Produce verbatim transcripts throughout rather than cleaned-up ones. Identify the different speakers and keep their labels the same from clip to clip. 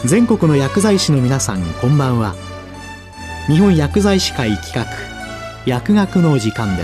Speaker 1: 全国の薬剤師の皆さん、こんばんは。日本薬剤師会企画、薬学の時間です。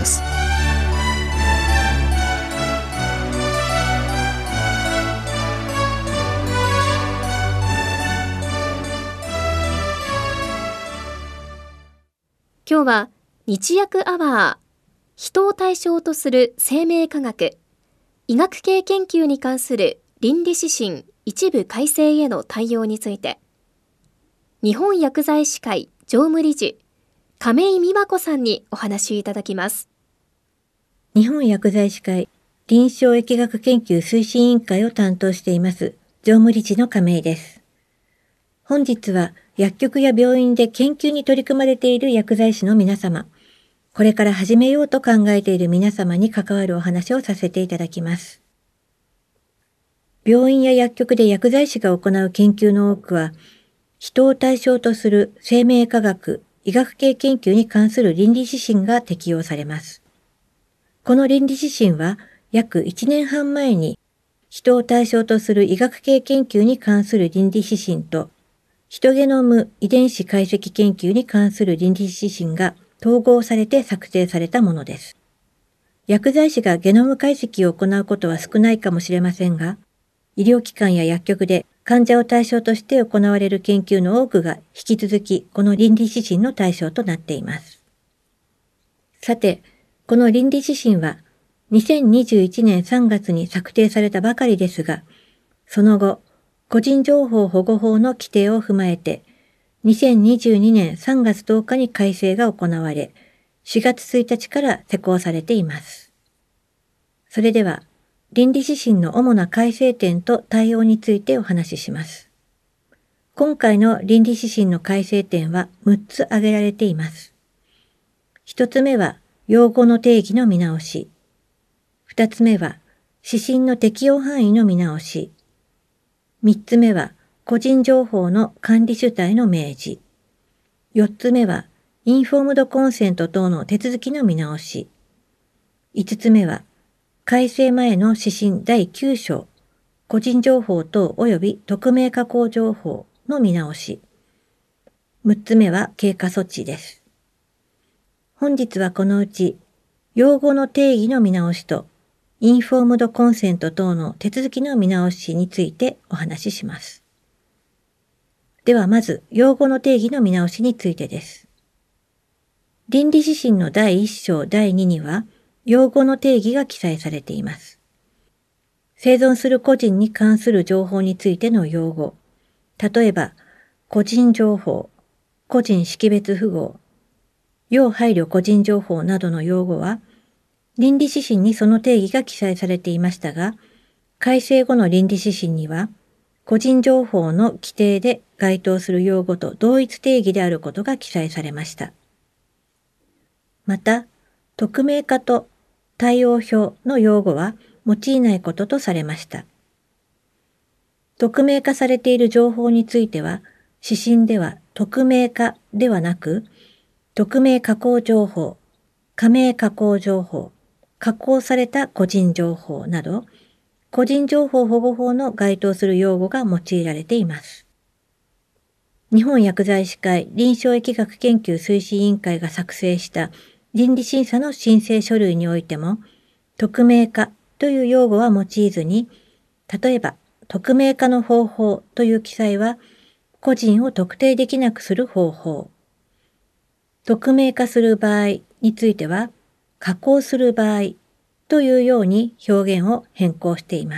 Speaker 2: 今日は日薬アワー、人を対象とする生命科学、医学系研究に関する倫理指針一部改正への対応について、日本薬剤師会常務理事、亀井美和子さんにお話しいただきます。
Speaker 3: 日本薬剤師会臨床疫学研究推進委員会を担当しています常務理事の亀井です。本日は薬局や病院で研究に取り組まれている薬剤師の皆様、これから始めようと考えている皆様に関わるお話をさせていただきます。病院や薬局で薬剤師が行う研究の多くは、人を対象とする生命科学、医学系研究に関する倫理指針が適用されます。この倫理指針は約いちねんはん前に、人を対象とする医学系研究に関する倫理指針と、ヒトゲノム遺伝子解析研究に関する倫理指針が統合されて策定されたものです。薬剤師がゲノム解析を行うことは少ないかもしれませんが、医療機関や薬局で患者を対象として行われる研究の多くが引き続きこの倫理指針の対象となっています。さて、この倫理指針はにせんにじゅういちねんさんがつに策定されたばかりですが、その後、個人情報保護法の規定を踏まえて、にせんにじゅうにねんさんがつとおかに改正が行われ、しがつついたちから施行されています。それでは、倫理指針の主な改正点と対応についてお話しします。今回の倫理指針の改正点はむっつ挙げられています。ひとつめは、用語の定義の見直し。ふたつめは、指針の適用範囲の見直し。みっつめは、個人情報の管理主体の明示。よっつめは、インフォームドコンセント等の手続きの見直し。いつつめは、改正前の指針だいきゅう章、個人情報等及び匿名加工情報の見直し。むっつめは経過措置です。本日はこのうち、用語の定義の見直しと、インフォームドコンセント等の手続きの見直しについてお話しします。ではまず、用語の定義の見直しについてです。倫理指針のだいいっ章だいにには、用語の定義が記載されています。生存する個人に関する情報についての用語、例えば、個人情報、個人識別符号、要配慮個人情報などの用語は、倫理指針にその定義が記載されていましたが、改正後の倫理指針には、個人情報の規定で該当する用語と同一定義であることが記載されました。また、匿名化と対応表の用語は用いないこととされました。匿名化されている情報については、指針では匿名化ではなく、匿名加工情報、加名加工情報、加工された個人情報など、個人情報保護法の該当する用語が用いられています。日本薬剤師会臨床疫学研究推進委員会が作成した倫理審査の申請書類においても、匿名化という用語は用いずに、例えば、匿名化の方法という記載は、個人を特定できなくする方法。匿名化する場合については、加工する場合というように表現を変更しています。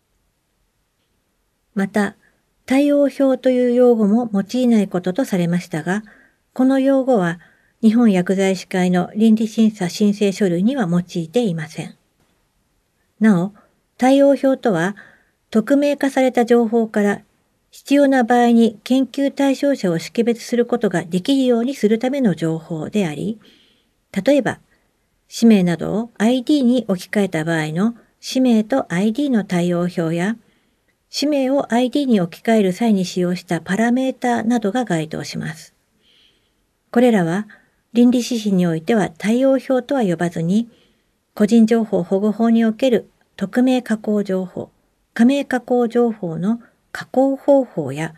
Speaker 3: また、対応表という用語も用いないこととされましたが、この用語は日本薬剤師会の倫理審査申請書類には用いていません。なお、対応表とは、匿名化された情報から必要な場合に研究対象者を識別することができるようにするための情報であり、例えば、氏名などを アイディー に置き換えた場合の氏名と アイディー の対応表や、氏名を アイディー に置き換える際に使用したパラメータなどが該当します。これらは、倫理指針においては対応表とは呼ばずに、個人情報保護法における匿名加工情報、加名加工情報の加工方法や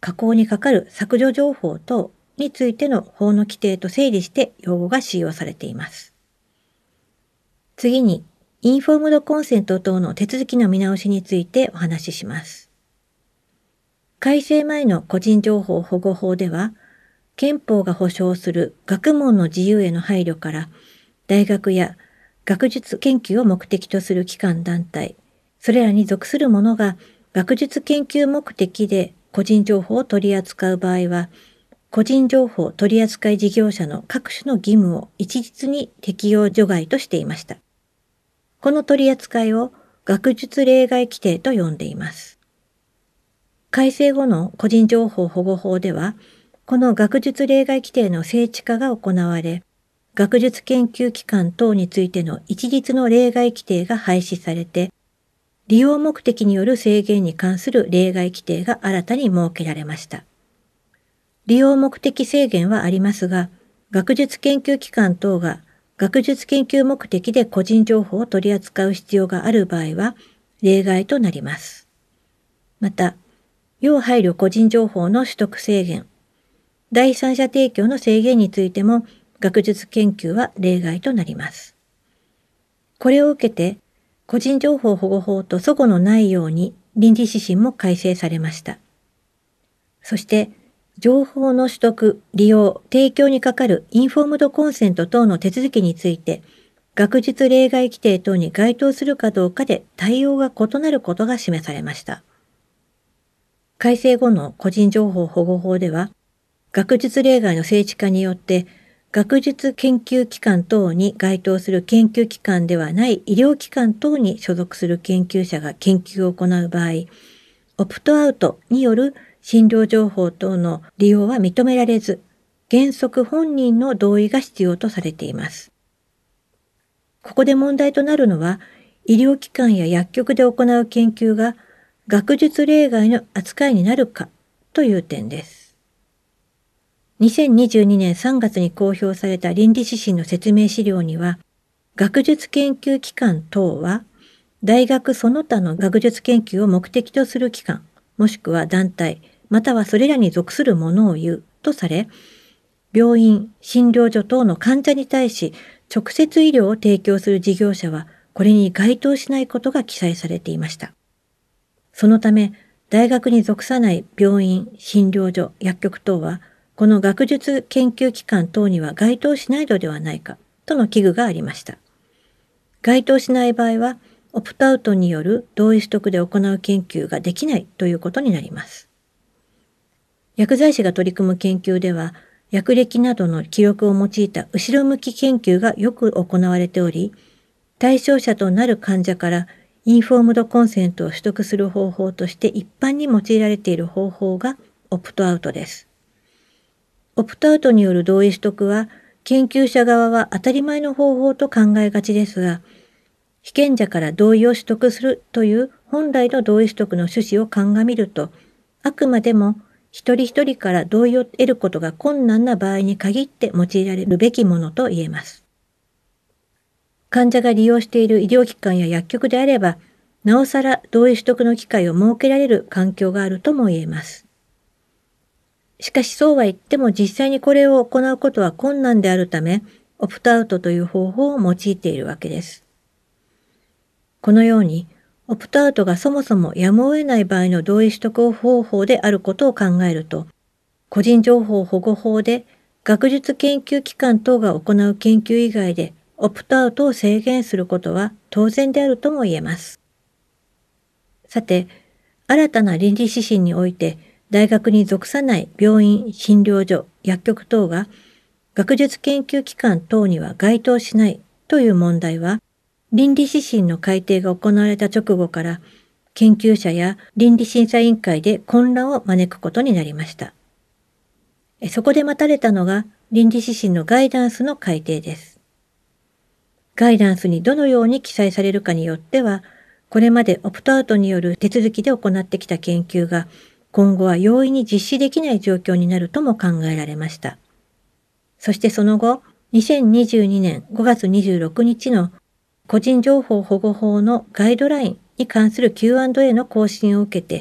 Speaker 3: 加工にかかる削除情報等についての法の規定と整理して用語が使用されています。次に、インフォームドコンセント等の手続きの見直しについてお話しします。改正前の個人情報保護法では、憲法が保障する学問の自由への配慮から、大学や学術研究を目的とする機関団体、それらに属する者が学術研究目的で個人情報を取り扱う場合は、個人情報取扱事業者の各種の義務を一律に適用除外としていました。この取り扱いを学術例外規定と呼んでいます。改正後の個人情報保護法では、この学術例外規定の整地化が行われ、学術研究機関等についての一律の例外規定が廃止されて、利用目的による制限に関する例外規定が新たに設けられました。利用目的制限はありますが、学術研究機関等が学術研究目的で個人情報を取り扱う必要がある場合は例外となります。また、要配慮個人情報の取得制限、第三者提供の制限についても学術研究は例外となります。これを受けて、個人情報保護法と齟齬のないように倫理指針も改正されました。そして、情報の取得、利用、提供にかかるインフォームドコンセント等の手続きについて、学術例外規定等に該当するかどうかで対応が異なることが示されました。改正後の個人情報保護法では、学術例外の整地化によって、学術研究機関等に該当する研究機関ではない医療機関等に所属する研究者が研究を行う場合、オプトアウトによる診療情報等の利用は認められず、原則本人の同意が必要とされています。ここで問題となるのは、医療機関や薬局で行う研究が学術例外の扱いになるかという点です。にせんにじゅうにねんさんがつに公表された倫理指針の説明資料には、学術研究機関等は、大学その他の学術研究を目的とする機関、もしくは団体、またはそれらに属するものを言うとされ、病院、診療所等の患者に対し直接医療を提供する事業者は、これに該当しないことが記載されていました。そのため、大学に属さない病院、診療所、薬局等は、この学術研究機関等には該当しないのではないかとの危惧がありました。該当しない場合は、オプトアウトによる同意取得で行う研究ができないということになります。薬剤師が取り組む研究では、薬歴などの記録を用いた後ろ向き研究がよく行われており、対象者となる患者からインフォームドコンセントを取得する方法として一般に用いられている方法がオプトアウトです。オプトアウトによる同意取得は、研究者側は当たり前の方法と考えがちですが、被験者から同意を取得するという本来の同意取得の趣旨を鑑みると、あくまでも一人一人から同意を得ることが困難な場合に限って用いられるべきものと言えます。患者が利用している医療機関や薬局であれば、なおさら同意取得の機会を設けられる環境があるとも言えます。しかしそうは言っても実際にこれを行うことは困難であるため、オプトアウトという方法を用いているわけです。このように、オプトアウトがそもそもやむを得ない場合の同意取得方法であることを考えると、個人情報保護法で学術研究機関等が行う研究以外でオプトアウトを制限することは当然であるとも言えます。さて、新たな倫理指針において、大学に属さない病院、診療所、薬局等が学術研究機関等には該当しないという問題は、倫理指針の改定が行われた直後から研究者や倫理審査委員会で混乱を招くことになりました。そこで待たれたのが倫理指針のガイダンスの改定です。ガイダンスにどのように記載されるかによっては、これまでオプトアウトによる手続きで行ってきた研究が今後は容易に実施できない状況になるとも考えられました。そしてその後、にせんにじゅうにねんごがつにじゅうろくにちの個人情報保護法のガイドラインに関する キューアンドエー の更新を受けて、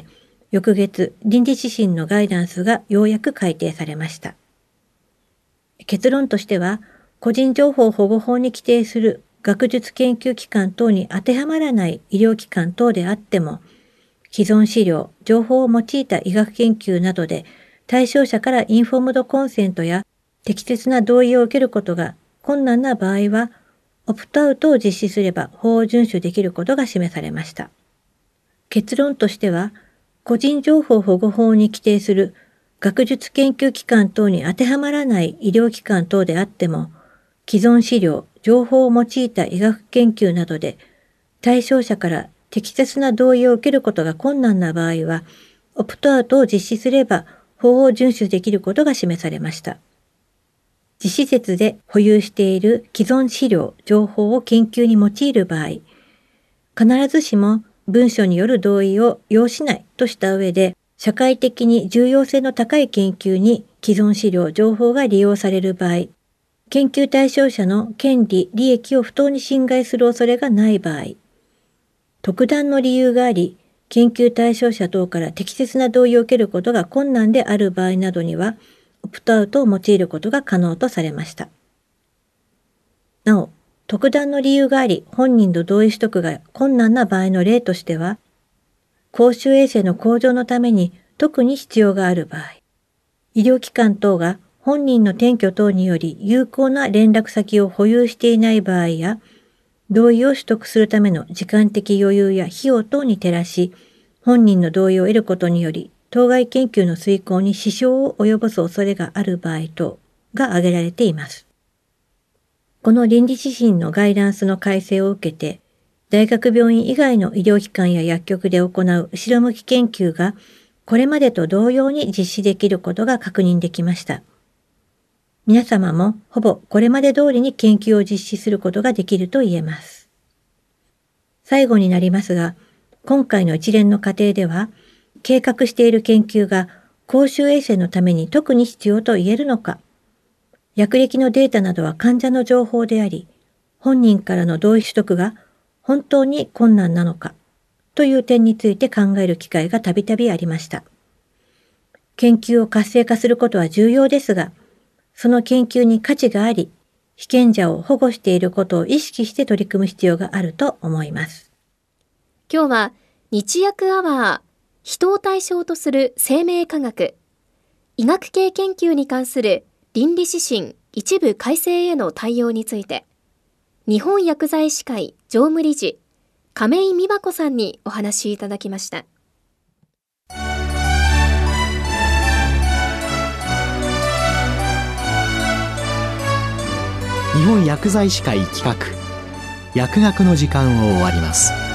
Speaker 3: 翌月、倫理指針のガイダンスがようやく改定されました。結論としては、個人情報保護法に規定する学術研究機関等に当てはまらない医療機関等であっても、既存資料、情報を用いた医学研究などで対象者からインフォームドコンセントや適切な同意を受けることが困難な場合は、オプトアウトを実施すれば法を遵守できることが示されました。結論としては、個人情報保護法に規定する学術研究機関等に当てはまらない医療機関等であっても、既存資料、情報を用いた医学研究などで対象者から適切な同意を受けることが困難な場合は、オプトアウトを実施すれば法を遵守できることが示されました。実施設で保有している既存資料、情報を研究に用いる場合、必ずしも文書による同意を要しないとした上で、社会的に重要性の高い研究に既存資料、情報が利用される場合、研究対象者の権利、利益を不当に侵害する恐れがない場合、特段の理由があり、研究対象者等から適切な同意を受けることが困難である場合などには、オプトアウトを用いることが可能とされました。なお、特段の理由があり、本人の同意取得が困難な場合の例としては、公衆衛生の向上のために特に必要がある場合、医療機関等が本人の転居等により有効な連絡先を保有していない場合や、同意を取得するための時間的余裕や費用等に照らし、本人の同意を得ることにより、当該研究の遂行に支障を及ぼす恐れがある場合等が挙げられています。この倫理指針のガイダンスの改正を受けて、大学病院以外の医療機関や薬局で行う後ろ向き研究が、これまでと同様に実施できることが確認できました。皆様もほぼこれまで通りに研究を実施することができると言えます。最後になりますが、今回の一連の過程では、計画している研究が公衆衛生のために特に必要と言えるのか、薬歴のデータなどは患者の情報であり、本人からの同意取得が本当に困難なのか、という点について考える機会がたびたびありました。研究を活性化することは重要ですが、その研究に価値があり、被験者を保護していることを意識して取り組む必要があると思います。
Speaker 2: 今日は日薬アワー、人を対象とする生命科学、医学系研究に関する倫理指針一部改正への対応について、日本薬剤師会常務理事、亀井美和子さんにお話しいただきました。
Speaker 1: 日本薬剤師会企画、薬学の時間を終わります。